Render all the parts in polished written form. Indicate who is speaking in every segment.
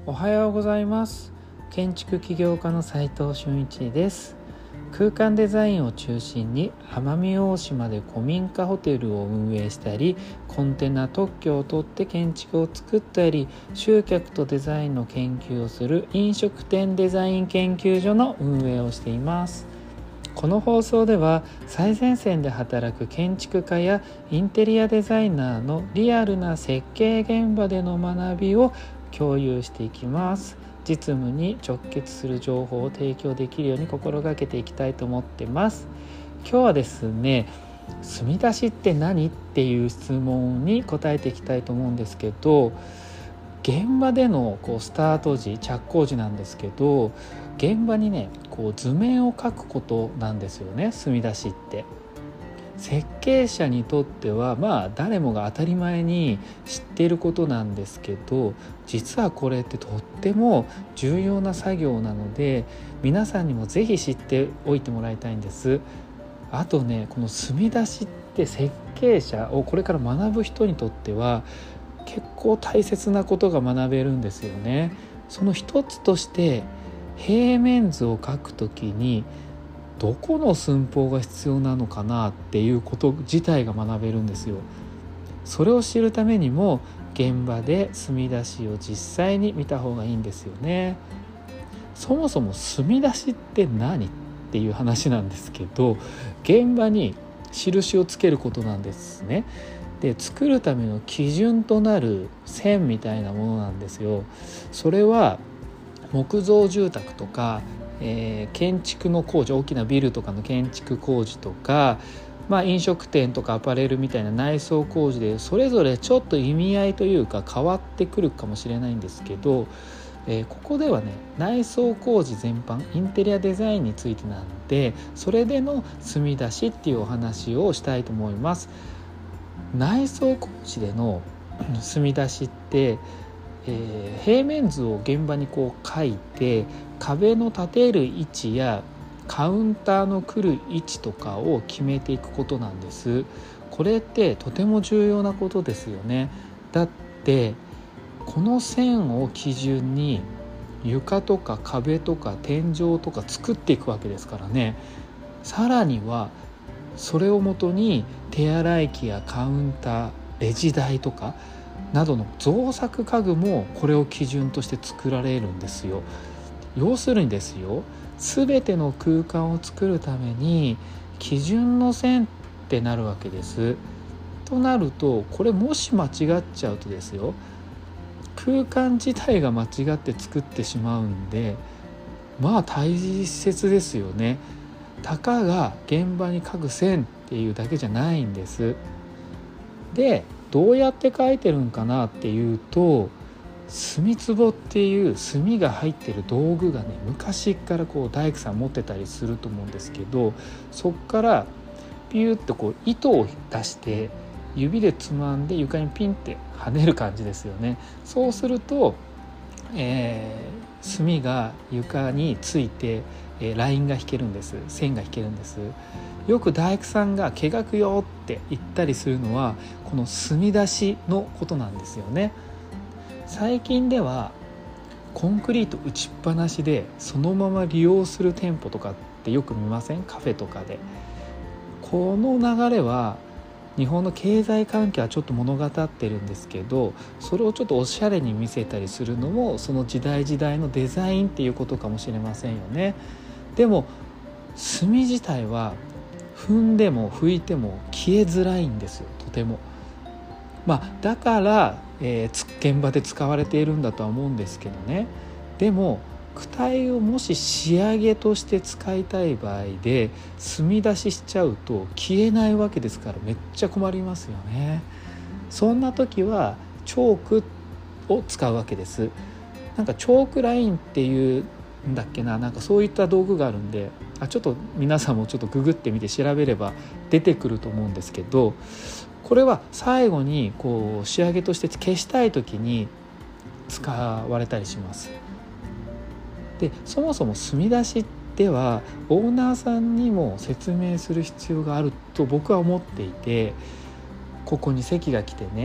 Speaker 1: おはようございます。建築起業家の斉藤俊一です。空間デザインを中心に奄美大島で古民家ホテルを運営したり、コンテナ特許を取って建築を作ったり、集客とデザインの研究をする飲食店デザイン研究所の運営をしています。この放送では最前線で働く建築家やインテリアデザイナーのリアルな設計現場での学びを共有していきます。実務に直結する情報を提供できるように心がけていきたいと思ってます。今日はですね、住み出しって何っていう質問に答えていきたいと思うんですけど、現場でのスタート時、着工時なんですけど、現場にね図面を描くことなんですよね。住み出しって設計者にとっては誰もが当たり前に知っていることなんですけど、実はこれってとっても重要な作業なので、皆さんにもぜひ知っておいてもらいたいんです。あとね、この住み出しって設計者をこれから学ぶ人にとっては結構大切なことが学べるんですよね。その一つとして平面図を描くときにどこの寸法が必要なのかなっていうこと自体が学べるんですよ。それを知るためにも現場で住み出しを実際に見た方がいいんですよね。そもそも住み出しって何っていう話なんですけど、現場に印をつけることなんですね。で、作るための基準となる線みたいなものなんですよ。それは木造住宅とか、建築の工事、大きなビルとかの建築工事とか、飲食店とかアパレルみたいな内装工事でそれぞれちょっと意味合いというか変わってくるかもしれないんですけど、ここではね、内装工事全般、インテリアデザインについてなんで、それでの住み出しっていうお話をしたいと思います。内装工事での住み出しって、平面図を現場に描いて、壁の立てる位置やカウンターの来る位置とかを決めていくことなんです。これってとても重要なことですよね。だってこの線を基準に床とか壁とか天井とか作っていくわけですからね。さらにはそれをもとに手洗い機やカウンター、レジ台とかなどの造作家具もこれを基準として作られるんですよ。要するにですよ、全ての空間を作るために基準の線ってなるわけです。となると、これもし間違っちゃうとですよ、空間自体が間違って作ってしまうんで、大切ですよね。たかが現場に描く線っていうだけじゃないんです。で、どうやって描いてるんかなっていうと、墨壺っていう墨が入ってる道具がね、昔から大工さん持ってたりすると思うんですけど、そっからピューッと糸を出して指でつまんで床にピンって跳ねる感じですよね。そうすると、墨が床について、ラインが引けるんです。線が引けるんです。よく大工さんが毛がくよって言ったりするのはこの墨出しのことなんですよね。最近ではコンクリート打ちっぱなしでそのまま利用する店舗とかってよく見ません？カフェとかで。この流れは日本の経済環境はちょっと物語ってるんですけど、それをちょっとおしゃれに見せたりするのもその時代時代のデザインっていうことかもしれませんよね。でも墨自体は踏んでも拭いても消えづらいんですよ、とても。だから、現場で使われているんだとは思うんですけどね。でも躯体をもし仕上げとして使いたい場合で墨出ししちゃうと消えないわけですから、めっちゃ困りますよね。そんな時はチョークを使うわけです。チョークラインっていうんだっけな、そういった道具があるんで、ちょっと皆さんもちょっとググってみて調べれば出てくると思うんですけど、これは最後に仕上げとして消したい時に使われたりします。で、そもそも墨出しではオーナーさんにも説明する必要があると僕は思っていて、ここに席が来てね、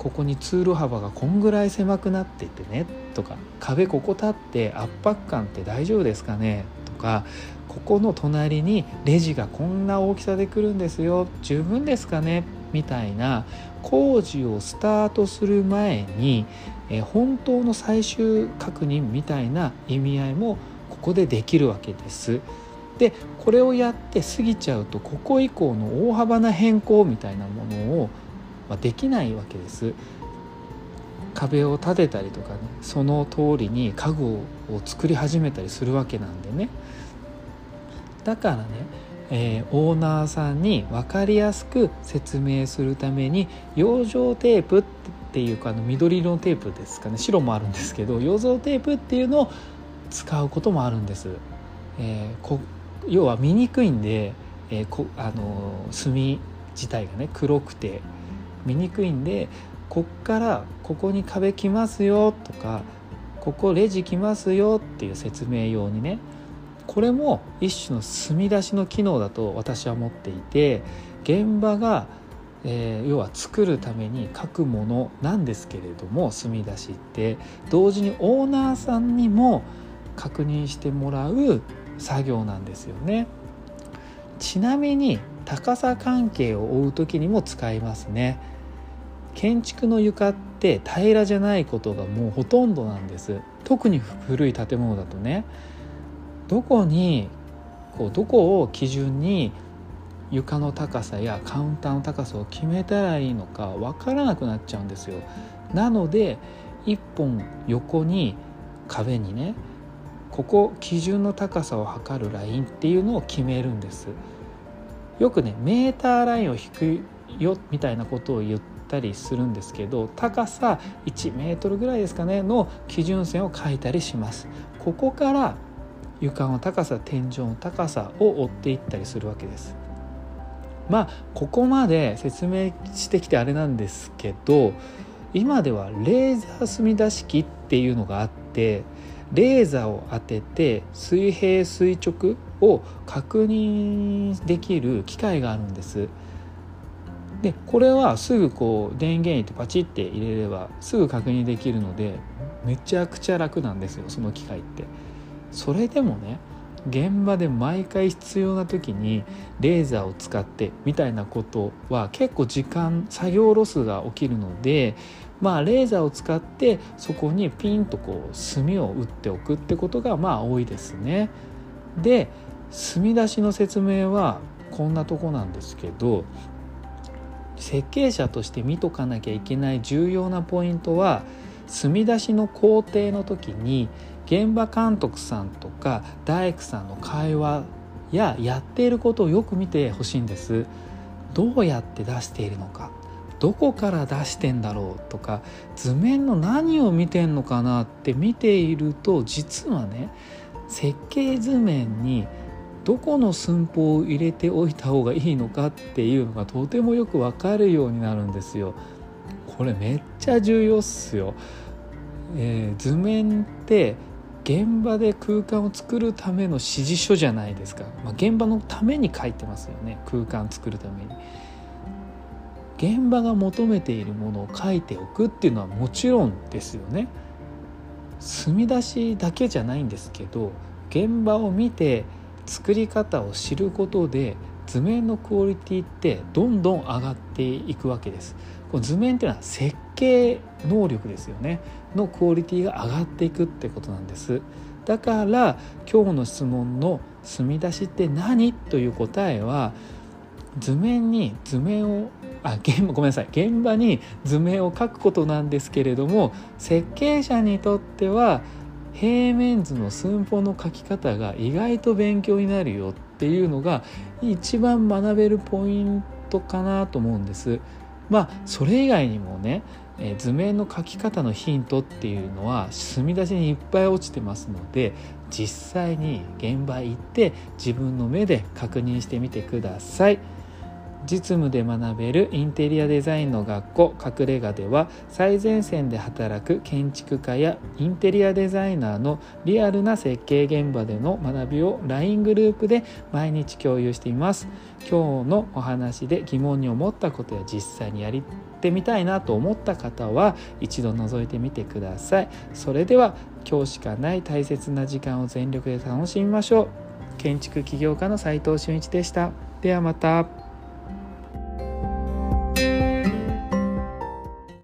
Speaker 1: ここに通路幅がこんぐらい狭くなっていてねとか、壁ここ立って圧迫感って大丈夫ですかねとか、ここの隣にレジがこんな大きさで来るんですよ、十分ですかねみたいな工事をスタートする前に本当の最終確認みたいな意味合いもここでできるわけです。でこれをやって過ぎちゃうと、ここ以降の大幅な変更みたいなものをできないわけです。壁を建てたりとかね、その通りに家具を作り始めたりするわけなんでね。だからね、オーナーさんに分かりやすく説明するために養生テープっていうか、緑色のテープですかね、白もあるんですけど、養生テープっていうのを使うこともあるんです。要は見にくいんで、墨自体がね黒くて見にくいんで、こっからここに壁来ますよとか、ここレジ来ますよっていう説明用にね、これも一種の墨出しの機能だと私は思っていて、現場が、要は作るために書くものなんですけれども、墨出しって同時にオーナーさんにも確認してもらう作業なんですよね。ちなみに高さ関係を追う時にも使いますね。建築の床って平らじゃないことがもうほとんどなんです。特に古い建物だとね、どこを基準に床の高さやカウンターの高さを決めたらいいのか分からなくなっちゃうんですよ。なので一本横に壁にね、ここ基準の高さを測るラインっていうのを決めるんです。よくねメーターラインを引くよみたいなことを言ったりするんですけど、高さ1メートルぐらいですかねの基準線を書いたりします。ここから床の高さ、天井の高さを追っていったりするわけです。ここまで説明してきてあれなんですけど、今ではレーザー墨出し機っていうのがあって、レーザーを当てて水平垂直を確認できる機械があるんです。でこれはすぐ電源入れてパチッて入れればすぐ確認できるので、めちゃくちゃ楽なんですよ、その機械って。それでもね、現場で毎回必要な時にレーザーを使ってみたいなことは結構作業ロスが起きるので、レーザーを使ってそこにピンと墨を打っておくってことが多いですね。で墨出しの説明はこんなとこなんですけど、設計者として見とかなきゃいけない重要なポイントは、墨出しの工程の時に現場監督さんとか大工さんの会話ややっていることをよく見てほしいんです。どうやって出しているのか、どこから出してんだろうとか、図面の何を見てんのかなって見ていると、実はね設計図面にどこの寸法を入れておいた方がいいのかっていうのがとてもよく分かるようになるんですよ。これめっちゃ重要っすよ。図面って現場で空間を作るための指示書じゃないですか。現場のために書いてますよね、空間作るために。現場が求めているものを書いておくっていうのはもちろんですよね。墨出しだけじゃないんですけど、現場を見て作り方を知ることで図面のクオリティってどんどん上がっていくわけです。この図面っていうのは設計能力ですよねのクオリティが上がっていくってことなんです。だから今日の質問の墨出しって何という答えは、現場に図面を描くことなんですけれども、設計者にとっては平面図の寸法の書き方が意外と勉強になるよっていうのが一番学べるポイントかなと思うんです。それ以外にもね、図面の書き方のヒントっていうのは墨出しにいっぱい落ちてますので、実際に現場行って自分の目で確認してみてください。 実務で学べるインテリアデザインの学校隠れ家では、最前線で働く建築家やインテリアデザイナーのリアルな設計現場での学びを LINE グループで毎日共有しています。今日のお話で疑問に思ったことや実際にやってみたいなと思った方は一度覗いてみてください。それでは今日しかない大切な時間を全力で楽しみましょう。建築起業家の斉藤俊一でした。ではまた。